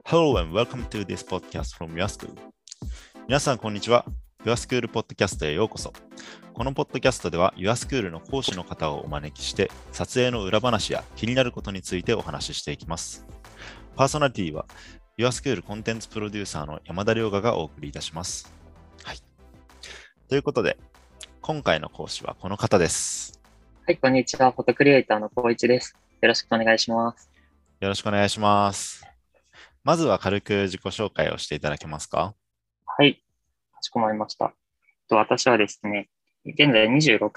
Hello and welcome to this podcast from YourSchool。皆さん、こんにちは。YourSchool ポッドキャストへようこそ。このポッドキャストでは YourSchool の講師の方をお招きして、撮影の裏話や気になることについてお話ししていきます。パーソナリティは YourSchool コンテンツプロデューサーの山田亮雅がお送りいたします。はい。ということで、今回の講師はこの方です。 はい、こんにちは。フォトクリエイターの光一です。よろしくお願いします。 よろしくお願いします。まずは軽く自己紹介をしていただけますか？ はい、かしこまりました。私はですね、現在26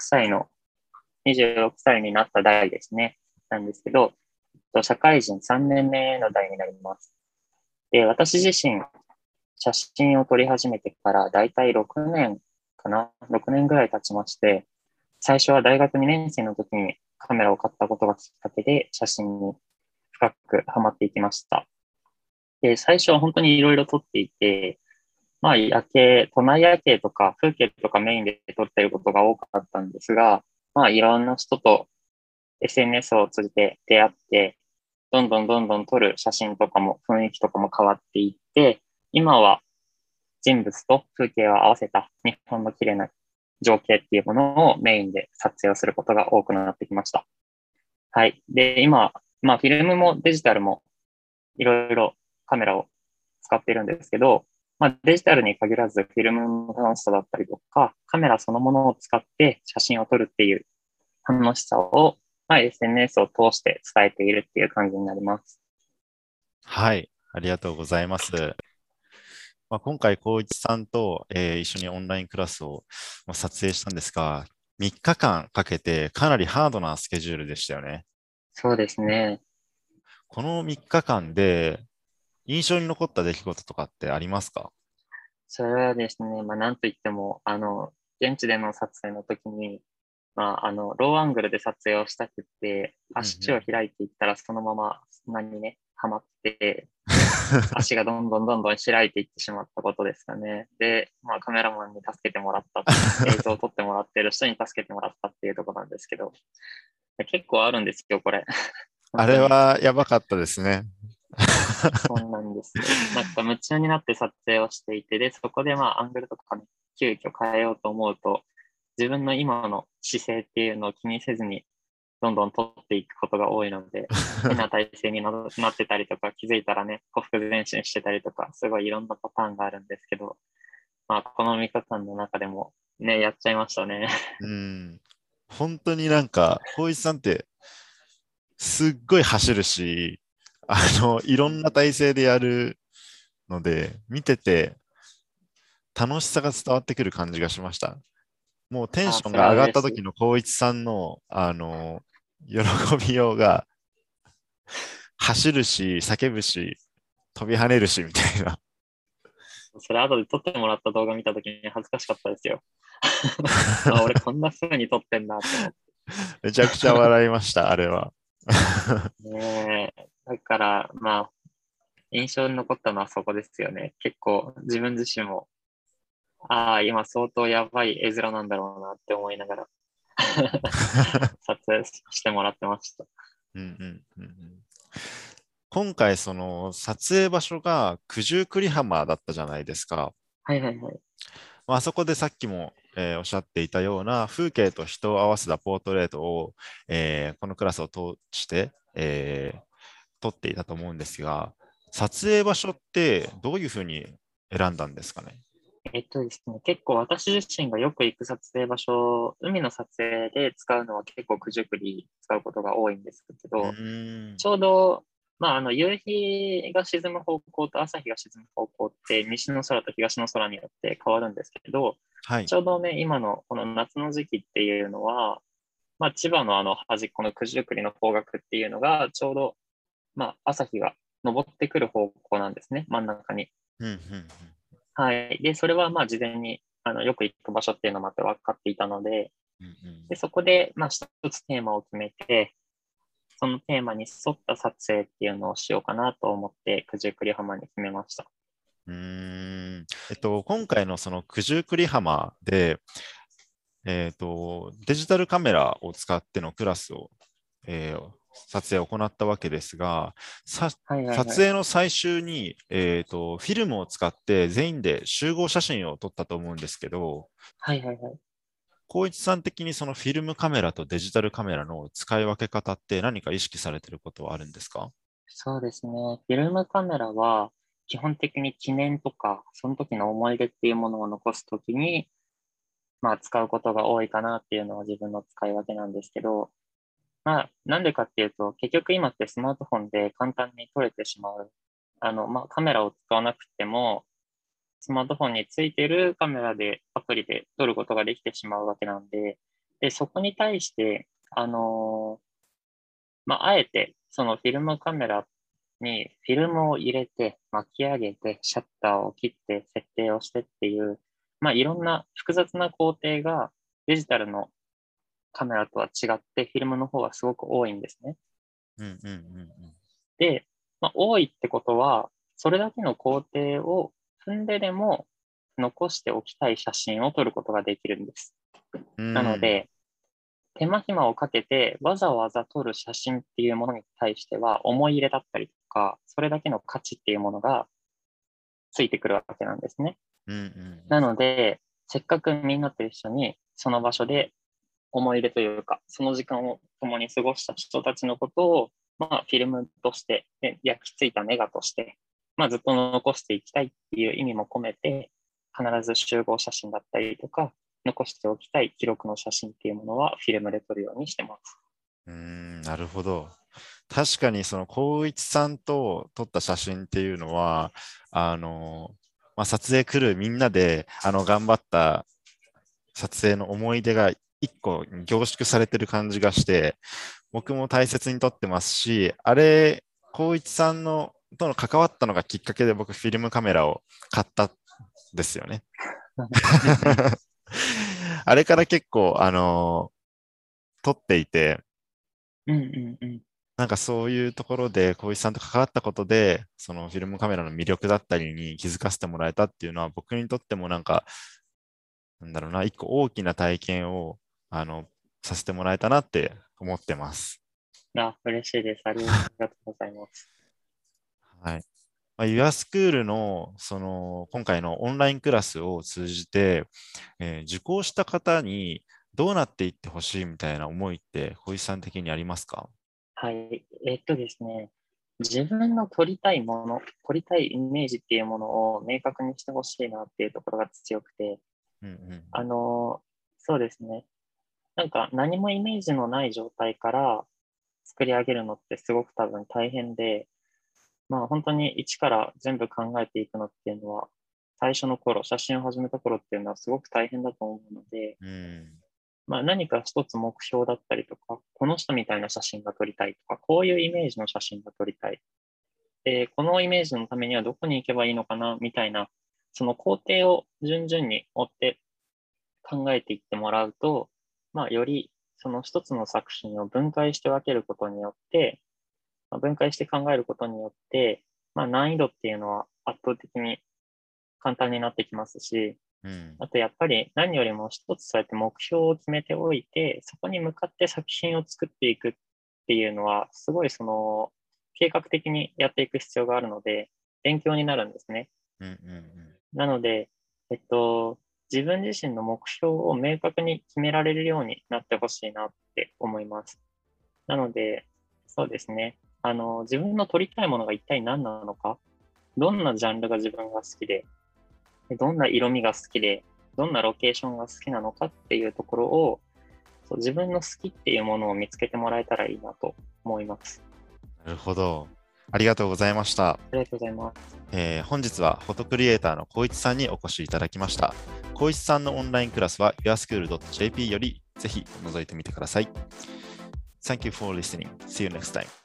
歳になった代ですね、なんですけど、社会人3年目の代になります。で、私自身、写真を撮り始めてからだいたい6年かな、6年ぐらい経ちまして、最初は大学2年生の時にカメラを買ったことがきっかけで写真に深くハマっていきました。で、最初は本当にいろいろ撮っていて、都内夜景とか風景とかメインで撮っていることが多かったんですが、いろんな人と SNS を通じて出会って、どんどん撮る写真とかも雰囲気とかも変わっていって、今は人物と風景を合わせた日本の綺麗な情景っていうものをメインで撮影をすることが多くなってきました。はい。で、今、フィルムもデジタルもいろいろカメラを使っているんですけど、デジタルに限らずフィルムの楽しさだったりとか、カメラそのものを使って写真を撮るっていう楽しさを、SNS を通して伝えているっていう感じになります。 はい、ありがとうございます。今回、光一さんと、一緒にオンラインクラスを、撮影したんですが、3日間かけてかなりハードなスケジュールでしたよね。 そうですね。 この3日間で印象に残った出来事とかってありますか？ それはですね、なんといっても、現地での撮影の時に、ローアングルで撮影をしたくって、 うんう足をん。 開いていったらそのまま砂にね、はまって、足がどんどん開いていってしまったことですかね。で、カメラマンに助けてもらった、映像を撮ってもらっている人に助けてもらったっていうところなんですけど、結構あるんですよ、これ。本あれ当に。 はやばかったですね。 そうなんですよ。夢中になって撮影をしていて、で、そこでアングルとかね、急遽変えようと思うと、自分の今の姿勢っていうのを気にせずに、どんどん撮っていくことが多いので、変な体勢になってたりとか、気づいたらね、ほふ前進してたりとか、すごいいろんなパターンがあるんですけど、この3日間の中でもね、やっちゃいましたね。 うん。本当に光一さんってすっごい走るし、いろんな体勢でやるので、見てて楽しさが伝わってくる感じがしました。もうテンションそれが上がったは嬉しい。 時の光一さんの、喜びようが、走るし、叫ぶし、飛び跳ねるし、みたいな。 それ後で撮ってもらった動画見たときに恥ずかしかったですよ。俺こんな風に撮ってんだって思って。 めちゃくちゃ笑いました、あれは。 ねえ。だから、印象に残ったのはそこですよね。結構自分自身も、今相当やばい絵面なんだろうなって思いながら撮影してもらってました。 今回、その撮影場所が九十九里浜だったじゃないですか。 はいはいはい。 あそこでさっきも、おっしゃっていたような風景と人を合わせたポートレートを、このクラスを通して、撮っていたと思うんですが、撮影場所ってどういうふうに選んだんですかね？ ですね、結構私自身がよく行く撮影場所、海の撮影で使うのは結構九十九里使うことが多いんですけうど、 ーん。 ちょうど、夕日が沈む方向と朝日が沈む方向って西の空と東の空によって変わるんですけど、 はい。 ちょうどね、今のこの夏の時期っていうのは、千葉の端っこの九十九里の方角っていうのが、ちょうど、朝日が昇ってくる方向なんですね、真ん中に。 うんうんはい。で、それは事前によく行く場所っていうのもあって分かっていたので、 うんうんで、そこで一つテーマを決めて、そのテーマに沿った撮影っていうのをしようかなと思って、九十九里浜に決めました。 うーん。今回のその九十九里浜で、デジタルカメラを使ってのクラスを、 撮影を行ったわけですが、 はいはいはい。 撮影の最終に、フィルムを使って全員で集合写真を撮ったと思うんですけど、 はいはいはい。 光一さん的にそのフィルムカメラとデジタルカメラの使い分け方って何か意識されていることはあるんですか？ そうですね。フィルムカメラは、基本的に記念とか、その時の思い出っていうものを残すときに、まあ、使うことが多いかなっていうのは自分の使い分けなんですけど、まあ、なんでかっていうと、結局今ってスマートフォンで簡単に撮れてしまう。まあ、カメラを使わなくても、スマートフォンについてるカメラで、アプリで撮ることができてしまうわけなんで、で、そこに対して、まあ、あえて、そのフィルムカメラにフィルムを入れて、巻き上げて、シャッターを切って、設定をしてっていう、まあ、いろんな複雑な工程がデジタルのカメラとは違って、フィルムの方がすごく多いんですね。 うんうんうんで、まあ、多いってことは、それだけの工程を踏んででも残しておきたい写真を撮ることができるんです。 うん。うん。 なので、手間暇をかけてわざわざ撮る写真っていうものに対しては思い入れだったりとか、それだけの価値っていうものがついてくるわけなんですね。 うんうんなので、せっかくみんなと一緒にその場所で思い入れというか、その時間を共に過ごした人たちのことを、まあ、フィルムとして、ね、焼き付いたネガとして、まあ、ずっと残していきたいっていう意味も込めて、必ず集合写真だったりとか、残しておきたい記録の写真っていうものはフィルムで撮るようにしてます。 なるほど。確かにその光一さんと撮った写真っていうのは、撮影来るみんなで頑張った撮影の思い出が一個凝縮されてる感じがして、僕も大切に撮ってますし、あれ、光一さんのとの関わったのがきっかけで僕フィルムカメラを買ったんですよね。 うんうん。 あれから結構、撮っていて、 うんうんうん。 なんかそういうところで、小石さんと関わったことで、そのフィルムカメラの魅力だったりに気づかせてもらえたっていうのは、僕にとってもなんか、なんだろうな、一個大きな体験を、あの、させてもらえたなって思ってます。 あ、嬉しいです。ありがとうございます。 はい。ユアスクールの、今回のオンラインクラスを通じて、受講した方にどうなっていってほしいみたいな思いって、小石さん的にありますか？ はい。ですね、自分の撮りたいもの、撮りたいイメージっていうものを明確にしてほしいなっていうところが強くて、 うんうんあの、そうですね。なんか何もイメージのない状態から作り上げるのってすごく多分大変で、まあ本当に一から全部考えていくのっていうのは、最初の頃、写真を始めた頃っていうのはすごく大変だと思うので、 うん。 まあ何か一つ目標だったりとか、この人みたいな写真が撮りたいとか、こういうイメージの写真が撮りたい。で、このイメージのためにはどこに行けばいいのかな、みたいな、その工程を順々に追って考えていってもらうと、まあよりその一つの作品を分解して分けることによって、まあ、分解して考えることによって、まあ難易度っていうのは圧倒的に簡単になってきますし、 うん。 あとやっぱり何よりも一つそうやって目標を決めておいて、そこに向かって作品を作っていくっていうのは、すごいその計画的にやっていく必要があるので、勉強になるんですね。 うんうんなので、えっと、自分自身の目標を明確に決められるようになってほしいなって思います。なので、そうですね。自分の撮りたいものが一体何なのか、どんなジャンルが自分が好きで、どんな色味が好きで、どんなロケーションが好きなのかっていうところを、そう自分の好きっていうものを見つけてもらえたらいいなと思います。 なるほど。ありがとうございました。 ありがとうございます。 本日はフォトクリエイターの光一さんにお越しいただきました。光一さんのオンラインクラスは yourschool.jp よりぜひ覗いてみてください。Thank you for listening. See you next time.